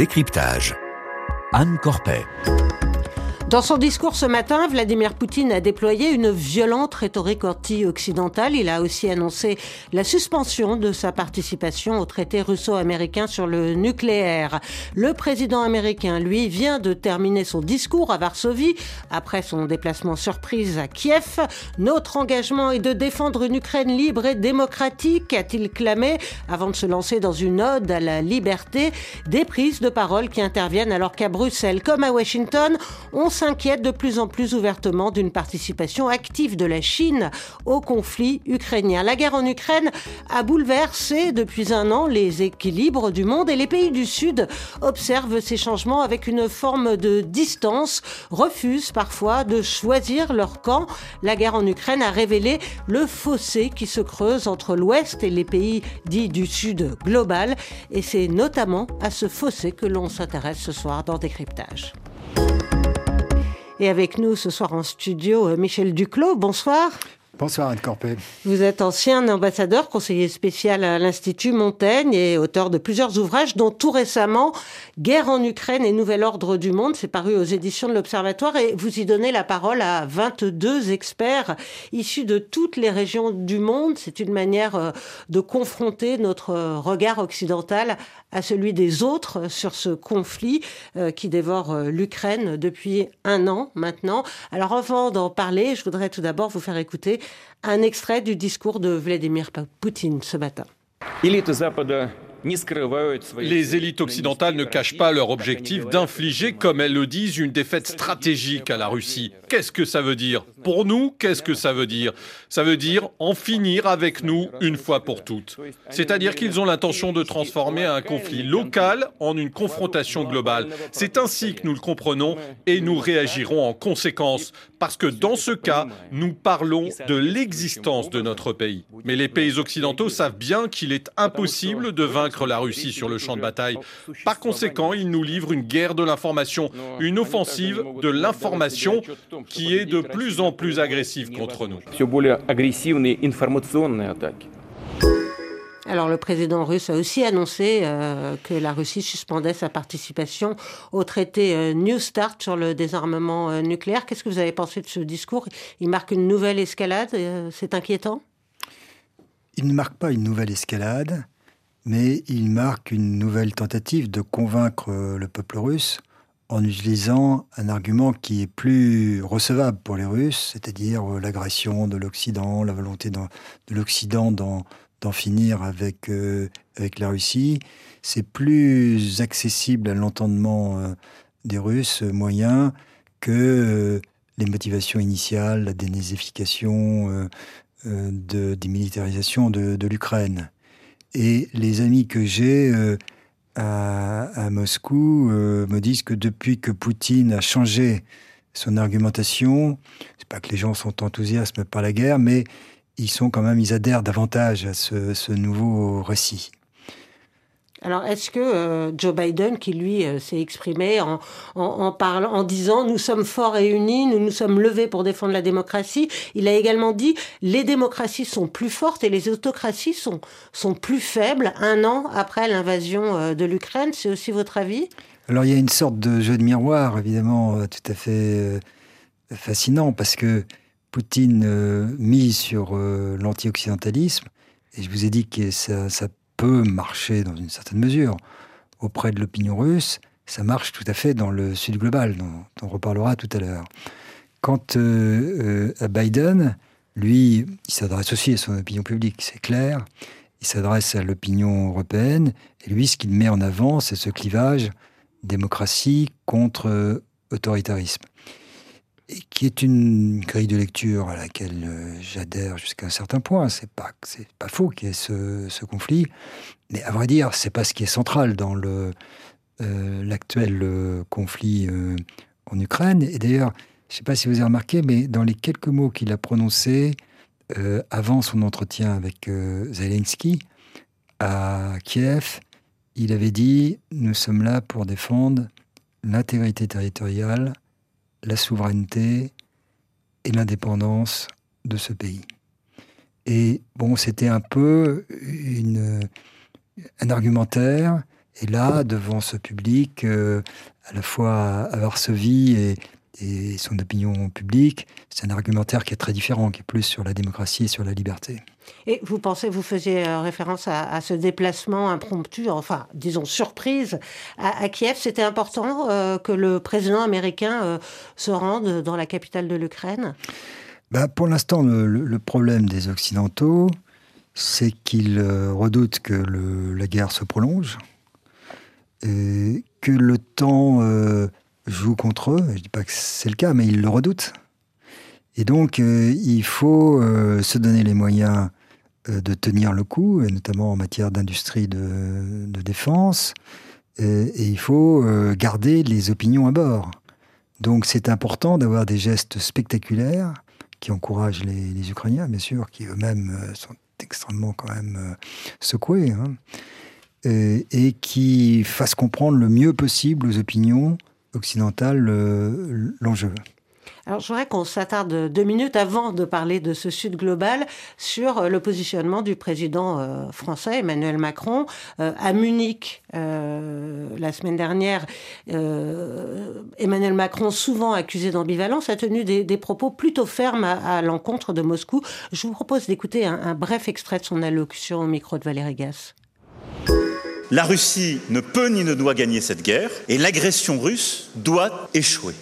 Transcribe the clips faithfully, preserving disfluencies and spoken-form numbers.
Décryptage. Anne Corpet. Dans son discours ce matin, Vladimir Poutine a déployé une violente rhétorique anti-occidentale. Il a aussi annoncé la suspension de sa participation au traité russo-américain sur le nucléaire. Le président américain, lui, vient de terminer son discours à Varsovie après son déplacement surprise à Kiev. Notre engagement est de défendre une Ukraine libre et démocratique, a-t-il clamé, avant de se lancer dans une ode à la liberté. Des prises de parole qui interviennent alors qu'à Bruxelles, comme à Washington, on s'inquiète de plus en plus ouvertement d'une participation active de la Chine au conflit ukrainien. La guerre en Ukraine a bouleversé depuis un an les équilibres du monde et les pays du Sud observent ces changements avec une forme de distance, refusent parfois de choisir leur camp. La guerre en Ukraine a révélé le fossé qui se creuse entre l'Ouest et les pays dits du Sud global. Et c'est notamment à ce fossé que l'on s'intéresse ce soir dans Décryptage. Et avec nous ce soir en studio, Michel Duclos, bonsoir. Bonsoir Anne Corpet. Vous êtes ancien ambassadeur, conseiller spécial à l'Institut Montaigne et auteur de plusieurs ouvrages, dont tout récemment « Guerre en Ukraine et nouvel ordre du monde ». C'est paru aux éditions de l'Observatoire et vous y donnez la parole à vingt-deux experts issus de toutes les régions du monde. C'est une manière de confronter notre regard occidental à celui des autres sur ce conflit qui dévore l'Ukraine depuis un an maintenant. Alors avant d'en parler, je voudrais tout d'abord vous faire écouter un extrait du discours de Vladimir Poutine ce matin. Les élites occidentales ne cachent pas leur objectif d'infliger, comme elles le disent, une défaite stratégique à la Russie. Qu'est-ce que ça veut dire ? Pour nous, qu'est-ce que ça veut dire ? Ça veut dire en finir avec nous une fois pour toutes. C'est-à-dire qu'ils ont l'intention de transformer un conflit local en une confrontation globale. C'est ainsi que nous le comprenons et nous réagirons en conséquence. Parce que dans ce cas, nous parlons de l'existence de notre pays. Mais les pays occidentaux savent bien qu'il est impossible de vaincre la Russie sur le champ de bataille. Par conséquent, ils nous livrent une guerre de l'information, une offensive de l'information qui est de plus en plus agressive contre nous. Alors le président russe a aussi annoncé euh, que la Russie suspendait sa participation au traité euh, New Start sur le désarmement euh, nucléaire. Qu'est-ce que vous avez pensé de ce discours ? Il marque une nouvelle escalade, euh, c'est inquiétant ? Il ne marque pas une nouvelle escalade, mais il marque une nouvelle tentative de convaincre le peuple russe en utilisant un argument qui est plus recevable pour les Russes, c'est-à-dire l'agression de l'Occident, la volonté de l'Occident d'en, d'en finir avec, euh, avec la Russie. C'est plus accessible à l'entendement euh, des Russes moyens que euh, les motivations initiales, la dénazification, euh, euh, de démilitarisation de, de l'Ukraine. Et les amis que j'ai euh, à, à Moscou euh, me disent que depuis que Poutine a changé son argumentation, c'est pas que les gens sont enthousiastes par la guerre, mais ils sont quand même, ils adhèrent davantage à ce, ce nouveau récit. Alors, est-ce que euh, Joe Biden, qui lui euh, s'est exprimé en, en, en parlant, en disant « nous sommes forts et unis, nous nous sommes levés pour défendre la démocratie », il a également dit « les démocraties sont plus fortes et les autocraties sont, sont plus faibles un an après l'invasion euh, de l'Ukraine ». C'est aussi votre avis ? Alors, il y a une sorte de jeu de miroir, évidemment, euh, tout à fait euh, fascinant, parce que Poutine euh, mise sur euh, l'anti-occidentalisme, et je vous ai dit que ça, ça peut marcher dans une certaine mesure auprès de l'opinion russe, ça marche tout à fait dans le sud global, dont, dont on reparlera tout à l'heure. Quant euh, euh, à Biden, lui, il s'adresse aussi à son opinion publique, c'est clair, il s'adresse à l'opinion européenne, et lui, ce qu'il met en avant, c'est ce clivage démocratie contre euh, autoritarisme, et qui est une grille de lecture à laquelle euh, j'adhère jusqu'à un certain point. C'est pas, c'est pas faux qu'il y ait ce, ce conflit, mais à vrai dire, c'est pas ce qui est central dans le, euh, l'actuel euh, conflit euh, en Ukraine. Et d'ailleurs, je sais pas si vous avez remarqué, mais dans les quelques mots qu'il a prononcés euh, avant son entretien avec euh, Zelensky à Kiev, il avait dit « Nous sommes là pour défendre l'intégrité territoriale, la souveraineté et l'indépendance de ce pays. » Et bon, c'était un peu une, un argumentaire Et là, devant ce public, euh, à la fois à Varsovie et, et son opinion publique, c'est un argumentaire qui est très différent, qui est plus sur la démocratie et sur la liberté. Et vous pensez, vous faisiez référence à, à ce déplacement impromptu, enfin, disons, surprise à, à Kiev. C'était important euh, que le président américain euh, se rende dans la capitale de l'Ukraine ? Bah, pour l'instant, le, le problème des Occidentaux, c'est qu'ils euh, redoutent que le, la guerre se prolonge, et que le temps euh, joue contre eux. Je ne dis pas que c'est le cas, mais ils le redoutent. Et donc, euh, il faut euh, se donner les moyens euh, de tenir le coup, et notamment en matière d'industrie de, de défense. Et, et il faut euh, garder les opinions à bord. Donc, c'est important d'avoir des gestes spectaculaires qui encouragent les, les Ukrainiens, bien sûr, qui eux-mêmes euh, sont extrêmement quand même euh, secoués, hein, et, et qui fassent comprendre le mieux possible aux opinions occidentales euh, l'enjeu. Alors, je voudrais qu'on s'attarde deux minutes avant de parler de ce Sud global sur le positionnement du président euh, français, Emmanuel Macron. Euh, à Munich, euh, la semaine dernière, euh, Emmanuel Macron, souvent accusé d'ambivalence, a tenu des, des propos plutôt fermes à, à l'encontre de Moscou. Je vous propose d'écouter un, un bref extrait de son allocution au micro de Valérie Gasse. La Russie ne peut ni ne doit gagner cette guerre et l'agression russe doit échouer.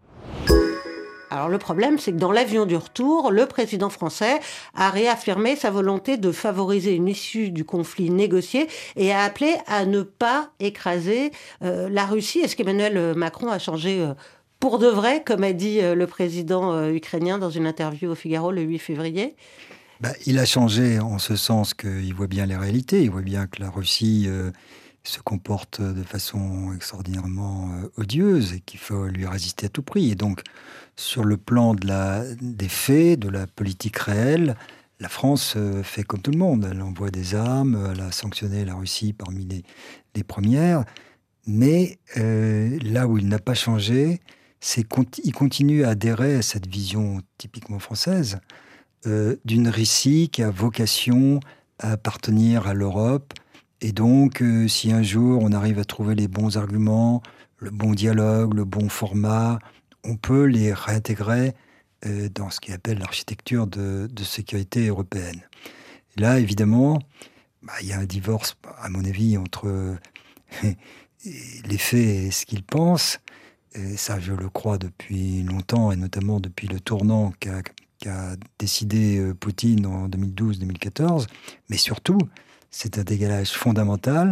Alors le problème, c'est que dans l'avion du retour, le président français a réaffirmé sa volonté de favoriser une issue du conflit négocié et a appelé à ne pas écraser euh, la Russie. Est-ce qu'Emmanuel Macron a changé euh, pour de vrai, comme a dit euh, le président euh, ukrainien dans une interview au Figaro le huit février ? Bah, il a changé en ce sens qu'il voit bien les réalités, il voit bien que la Russie euh, se comporte de façon extraordinairement euh, odieuse et qu'il faut lui résister à tout prix. Et donc, sur le plan de la, des faits, de la politique réelle, la France euh, fait comme tout le monde. Elle envoie des armes, elle a sanctionné la Russie parmi les, les premières. Mais euh, là où il n'a pas changé, c'est qu'il continue à adhérer à cette vision typiquement française euh, d'une Russie qui a vocation à appartenir à l'Europe. Et donc, euh, si un jour on arrive à trouver les bons arguments, le bon dialogue, le bon format, on peut les réintégrer euh, dans ce qu'il appelle l'architecture de, de sécurité européenne. Et là, évidemment, bah, il y a un divorce, à mon avis, entre euh, les faits et ce qu'ils pensent. Et ça, je le crois depuis longtemps, et notamment depuis le tournant qu'a, qu'a décidé euh, Poutine en deux mille douze deux mille quatorze. Mais surtout, c'est un décalage fondamental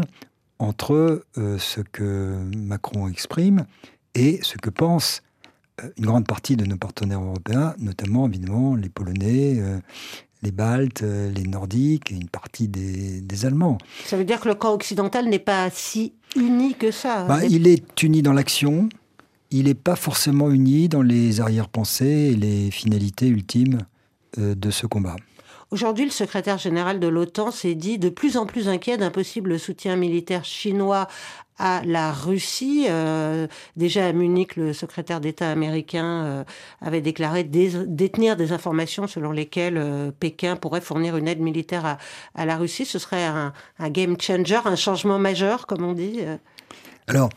entre euh, ce que Macron exprime et ce que pense euh, une grande partie de nos partenaires européens, notamment évidemment les Polonais, euh, les Baltes, euh, les Nordiques et une partie des, des Allemands. Ça veut dire que le camp occidental n'est pas si uni que ça. Bah, il est uni dans l'action, il n'est pas forcément uni dans les arrière-pensées et les finalités ultimes euh, de ce combat. Aujourd'hui, le secrétaire général de l'OTAN s'est dit de plus en plus inquiet d'un possible soutien militaire chinois à la Russie. Euh, déjà à Munich, le secrétaire d'État américain euh, avait déclaré dé- détenir des informations selon lesquelles euh, Pékin pourrait fournir une aide militaire à, à la Russie. Ce serait un, un game changer, un changement majeur, comme on dit. Alors,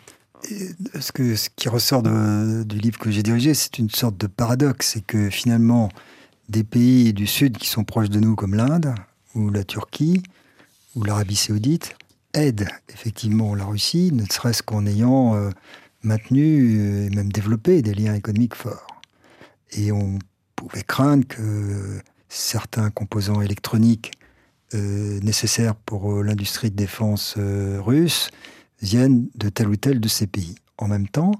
ce, que, ce qui ressort de, du livre que j'ai dirigé, c'est une sorte de paradoxe. C'est que finalement, des pays du Sud qui sont proches de nous, comme l'Inde, ou la Turquie, ou l'Arabie Saoudite, aident effectivement la Russie, ne serait-ce qu'en ayant euh, maintenu et même développé des liens économiques forts. Et on pouvait craindre que certains composants électroniques euh, nécessaires pour euh, l'industrie de défense euh, russe viennent de tel ou tel de ces pays. En même temps,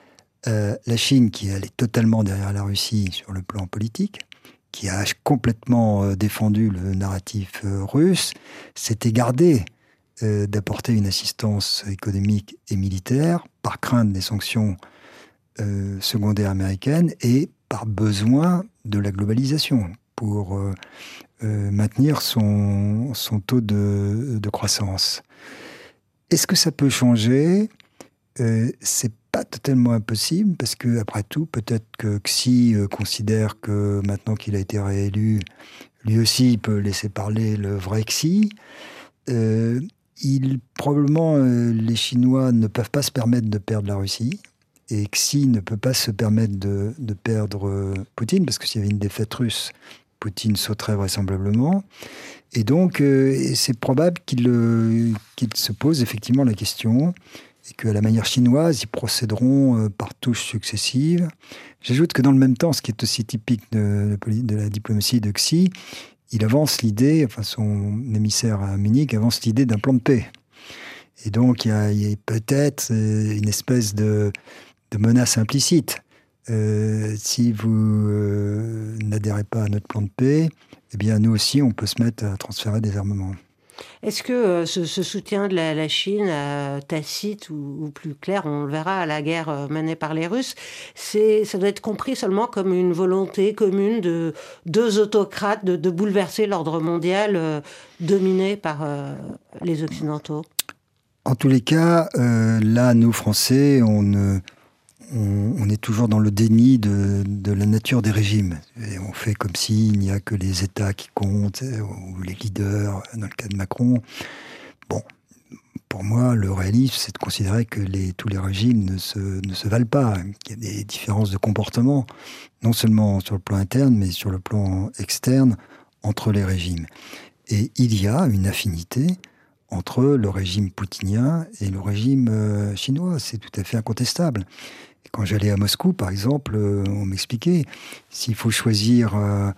euh, la Chine, qui elle, est totalement derrière la Russie sur le plan politique, qui a complètement euh, défendu le narratif euh, russe, s'était gardée euh, d'apporter une assistance économique et militaire par crainte des sanctions euh, secondaires américaines et par besoin de la globalisation pour euh, euh, maintenir son, son taux de, de croissance. Est-ce que ça peut changer ? euh, C'est pas totalement impossible, parce que après tout, peut-être que Xi euh, considère que maintenant qu'il a été réélu, lui aussi il peut laisser parler le vrai Xi. Euh, il, probablement, euh, les Chinois ne peuvent pas se permettre de perdre la Russie. Et Xi ne peut pas se permettre de, de perdre euh, Poutine, parce que s'il y avait une défaite russe, Poutine sauterait vraisemblablement. Et donc, euh, c'est probable qu'il, euh, qu'il se pose effectivement la question, et qu'à la manière chinoise, ils procéderont euh, par touches successives. J'ajoute que dans le même temps, ce qui est aussi typique de, de, de la diplomatie de Xi, il avance l'idée, enfin son émissaire à Munich avance l'idée d'un plan de paix. Et donc, il y a, il y a peut-être une espèce de, de menace implicite. Euh, si vous euh, n'adhérez pas à notre plan de paix, eh bien, nous aussi, on peut se mettre à transférer des armements. Est-ce que euh, ce, ce soutien de la, la Chine, euh, tacite ou, ou plus clair, on le verra à la guerre euh, menée par les Russes, c'est, ça doit être compris seulement comme une volonté commune de deux autocrates de, de bouleverser l'ordre mondial euh, dominé par euh, les Occidentaux? En tous les cas, euh, là, nous, Français, on, euh, on, on est toujours dans le déni de, de la nature des régimes. Et on fait comme s'il n'y a que les États qui comptent, ou les leaders, dans le cas de Macron. Bon, pour moi, le réalisme, c'est de considérer que les, tous les régimes ne se, ne se valent pas, qu'il y a des différences de comportement, non seulement sur le plan interne, mais sur le plan externe, entre les régimes. Et il y a une affinité entre le régime poutinien et le régime euh, chinois. C'est tout à fait incontestable. Et quand j'allais à Moscou, par exemple, euh, on m'expliquait, s'il faut choisir euh,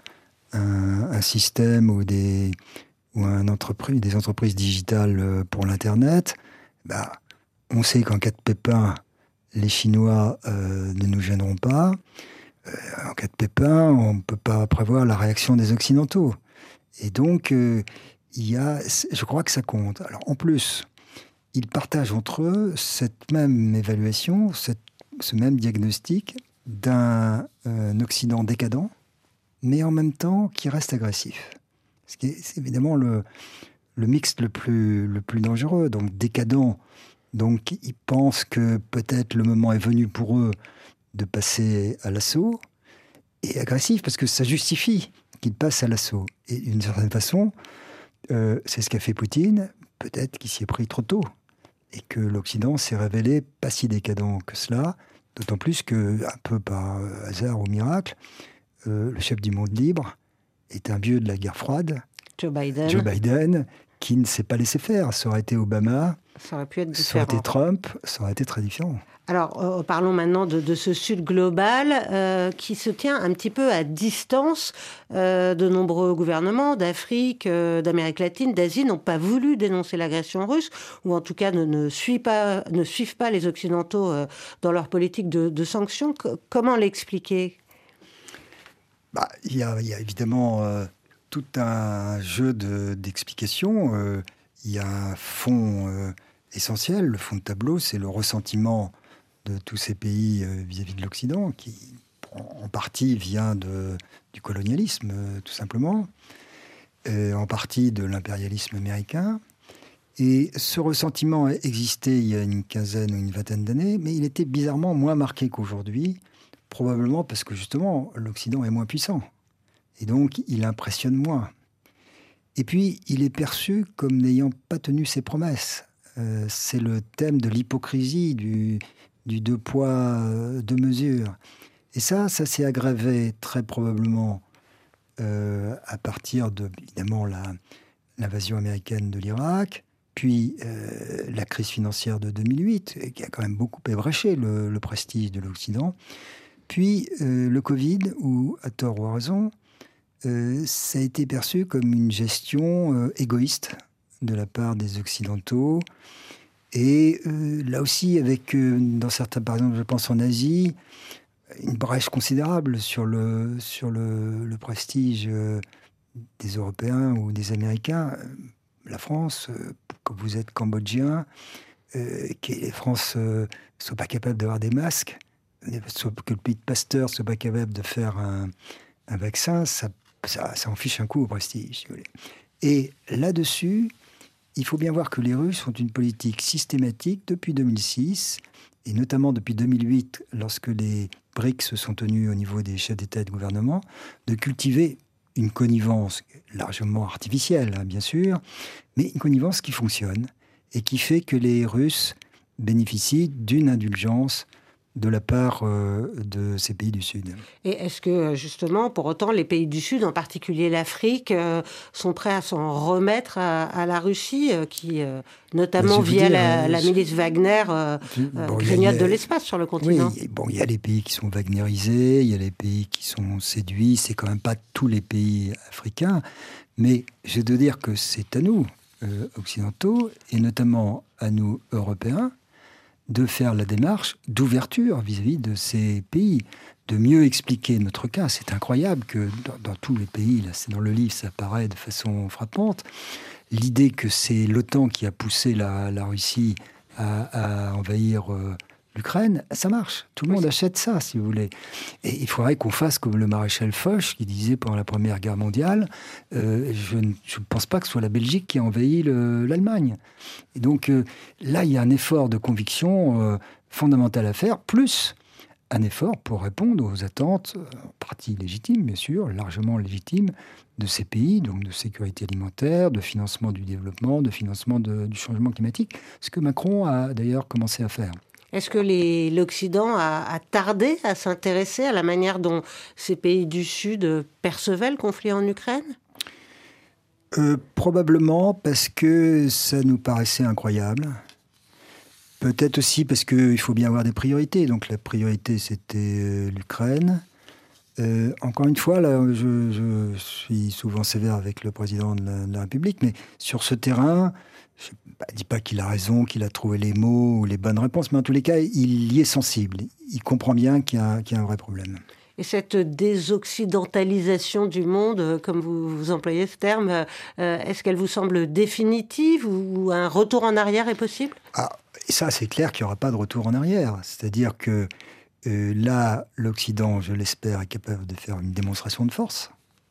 un, un système ou, des, ou un entreprise, des entreprises digitales pour l'Internet, bah, on sait qu'en cas de pépin, les Chinois euh, ne nous gêneront pas. Euh, en cas de pépin, on ne peut pas prévoir la réaction des Occidentaux. Et donc... Euh, Il y a, je crois que ça compte. Alors, en plus, ils partagent entre eux cette même évaluation, cette, ce même diagnostic d'un euh, Occident décadent, mais en même temps qui reste agressif. Ce qui est, c'est évidemment le, le mix le plus, le plus dangereux. Donc, décadent, donc ils pensent que peut-être le moment est venu pour eux de passer à l'assaut, et agressif, parce que ça justifie qu'ils passent à l'assaut. Et d'une certaine façon... Euh, c'est ce qu'a fait Poutine, peut-être qu'il s'y est pris trop tôt, et que l'Occident s'est révélé pas si décadent que cela, d'autant plus que, un peu par hasard ou miracle, euh, le chef du monde libre est un vieux de la guerre froide, Joe Biden, Joe Biden, qui ne s'est pas laissé faire. Ça aurait été Obama, ça aurait pu être ça aurait différent. été Trump, ça aurait été très différent. Alors, euh, parlons maintenant de, de ce Sud global euh, qui se tient un petit peu à distance. Euh, de nombreux gouvernements d'Afrique, euh, d'Amérique latine, d'Asie n'ont pas voulu dénoncer l'agression russe, ou en tout cas ne, ne, suivent, pas, ne suivent pas les Occidentaux euh, dans leur politique de, de sanctions. C- comment l'expliquer ? Bah, il y a, il y a évidemment euh, tout un jeu de, d'explications. Euh, il y a un fond euh, essentiel. Le fond de tableau, c'est le ressentiment de tous ces pays euh, vis-à-vis de l'Occident, qui en partie vient de, du colonialisme, euh, tout simplement, euh, en partie de l'impérialisme américain. Et ce ressentiment existait il y a une quinzaine ou une vingtaine d'années, mais il était bizarrement moins marqué qu'aujourd'hui, probablement parce que justement, l'Occident est moins puissant. Et donc, il impressionne moins. Et puis, il est perçu comme n'ayant pas tenu ses promesses. Euh, c'est le thème de l'hypocrisie, du... du deux poids, deux mesures. Et ça, ça s'est aggravé très probablement euh, à partir de, évidemment, la, l'invasion américaine de l'Irak, puis euh, la crise financière de deux mille huit, qui a quand même beaucoup ébréché le, le prestige de l'Occident, puis euh, le Covid, où, à tort ou à raison, euh, ça a été perçu comme une gestion euh, égoïste de la part des Occidentaux. Et euh, là aussi, avec, euh, dans certains, par exemple, je pense en Asie, une brèche considérable sur le, sur le, le prestige euh, des Européens ou des Américains. La France, euh, quand vous êtes cambodgien, euh, que les France ne euh, soient pas capables d'avoir des masques, que le pays de Pasteur ne soit pas capable de faire un, un vaccin, ça, ça, ça en fiche un coup au prestige, si vous voulez. Et là-dessus, il faut bien voir que les Russes ont une politique systématique depuis deux mille six, et notamment depuis deux mille huit, lorsque les B R I C S se sont tenus au niveau des chefs d'État et de gouvernement, de cultiver une connivence largement artificielle, hein, bien sûr, mais une connivence qui fonctionne. et qui fait que les Russes bénéficient d'une indulgence de la part euh, de ces pays du Sud. Et est-ce que, justement, pour autant, les pays du Sud, en particulier l'Afrique, euh, sont prêts à s'en remettre à, à la Russie, euh, qui, euh, notamment via dire, la, euh, la milice Wagner, euh, bon, grignote de l'espace sur le continent? Oui, bon, il y a les pays qui sont wagnérisés, il y a les pays qui sont séduits, c'est quand même pas tous les pays africains, mais je dois dire que c'est à nous, euh, occidentaux, et notamment à nous, Européens, de faire la démarche d'ouverture vis-à-vis de ces pays, de mieux expliquer notre cas. C'est incroyable que dans, dans tous les pays, là, c'est dans le livre, ça apparaît de façon frappante, l'idée que c'est l'OTAN qui a poussé la, la Russie à, à envahir euh, l'Ukraine, ça marche. Tout le monde achète ça, si vous voulez. Et il faudrait qu'on fasse comme le maréchal Foch, qui disait pendant la Première Guerre mondiale, euh, je ne pense pas que ce soit la Belgique qui a envahi le, l'Allemagne. Et donc euh, là, il y a un effort de conviction euh, fondamental à faire, plus un effort pour répondre aux attentes, en partie légitimes, bien sûr, largement légitimes, de ces pays, donc de sécurité alimentaire, de financement du développement, de financement de, du changement climatique, ce que Macron a d'ailleurs commencé à faire. Est-ce que les, l'Occident a, a tardé à s'intéresser à la manière dont ces pays du Sud percevaient le conflit en Ukraine ? euh, Probablement parce que ça nous paraissait incroyable. Peut-être aussi parce qu'il faut bien avoir des priorités. Donc la priorité, c'était euh, l'Ukraine. Euh, encore une fois, là, je, je suis souvent sévère avec le président de la, de la République, mais sur ce terrain, je ne dis pas qu'il a raison, qu'il a trouvé les mots ou les bonnes réponses, mais en tous les cas, il y est sensible. Il comprend bien qu'il y a, qu'il y a un vrai problème. Et cette désoccidentalisation du monde, comme vous, vous employez ce terme, euh, est-ce qu'elle vous semble définitive ou un retour en arrière est possible ? Ah, et ça, c'est clair qu'il n'y aura pas de retour en arrière. C'est-à-dire que euh, là, l'Occident, je l'espère, est capable de faire une démonstration de force.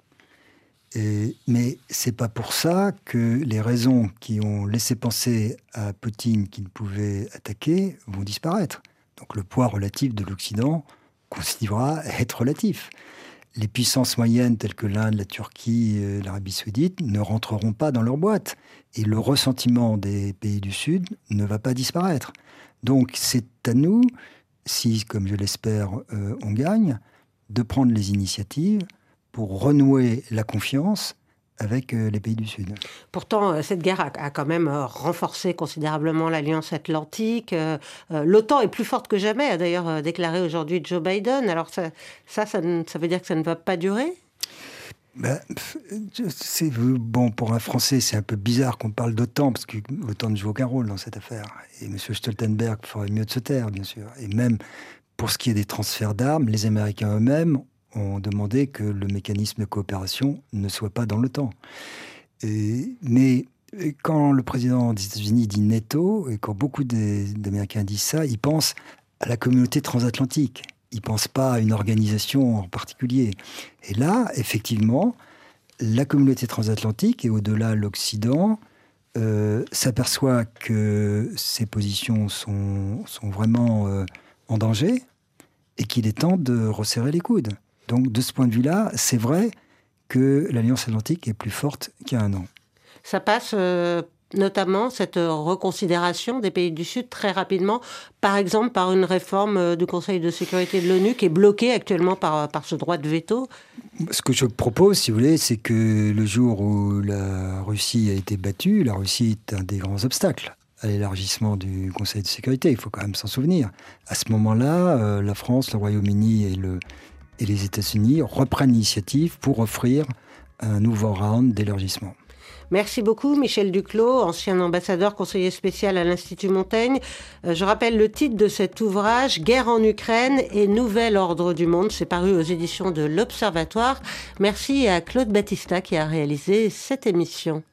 Et, mais c'est pas pour ça que les raisons qui ont laissé penser à Poutine qu'il pouvait attaquer vont disparaître. Donc le poids relatif de l'Occident continuera à être relatif. Les puissances moyennes telles que l'Inde, la Turquie, euh, l'Arabie Saoudite ne rentreront pas dans leur boîte. Et le ressentiment des pays du Sud ne va pas disparaître. Donc c'est à nous, si, comme je l'espère, euh, on gagne, de prendre les initiatives pour renouer la confiance avec euh, les pays du Sud. Pourtant, euh, cette guerre a, a quand même euh, renforcé considérablement l'Alliance Atlantique. Euh, euh, L'OTAN est plus forte que jamais, a d'ailleurs euh, déclaré aujourd'hui Joe Biden. Alors ça, ça, ça, ça veut dire que ça ne va pas durer ? Ben, c'est, bon, pour un Français, c'est un peu bizarre qu'on parle d'OTAN, parce que l'OTAN ne joue aucun rôle dans cette affaire. Et M. Stoltenberg ferait mieux de se taire, bien sûr. Et même pour ce qui est des transferts d'armes, les Américains eux-mêmes ont demandé que le mécanisme de coopération ne soit pas dans l'OTAN. Et, mais quand le président des États-Unis dit NATO, et quand beaucoup des, d'Américains disent ça, ils pensent à la communauté transatlantique. Ils ne pensent pas à une organisation en particulier. Et là, effectivement, la communauté transatlantique, et au-delà l'Occident, euh, s'aperçoit que ces positions sont, sont vraiment euh, en danger et qu'il est temps de resserrer les coudes. Donc, de ce point de vue-là, c'est vrai que l'Alliance Atlantique est plus forte qu'il y a un an. Ça passe euh, notamment, cette reconsidération des pays du Sud, très rapidement, par exemple par une réforme du Conseil de sécurité de l'ONU qui est bloquée actuellement par, par ce droit de veto. Ce que je propose, si vous voulez, c'est que le jour où la Russie a été battue, la Russie est un des grands obstacles à l'élargissement du Conseil de sécurité. Il faut quand même s'en souvenir. À ce moment-là, euh, la France, le Royaume-Uni et, le, et les États-Unis reprennent l'initiative pour offrir un nouveau round d'élargissement. Merci beaucoup, Michel Duclos, ancien ambassadeur conseiller spécial à l'Institut Montaigne. Euh, je rappelle le titre de cet ouvrage, « Guerre en Ukraine et nouvel ordre du monde ». C'est paru aux éditions de l'Observatoire. Merci à Claude Battista qui a réalisé cette émission.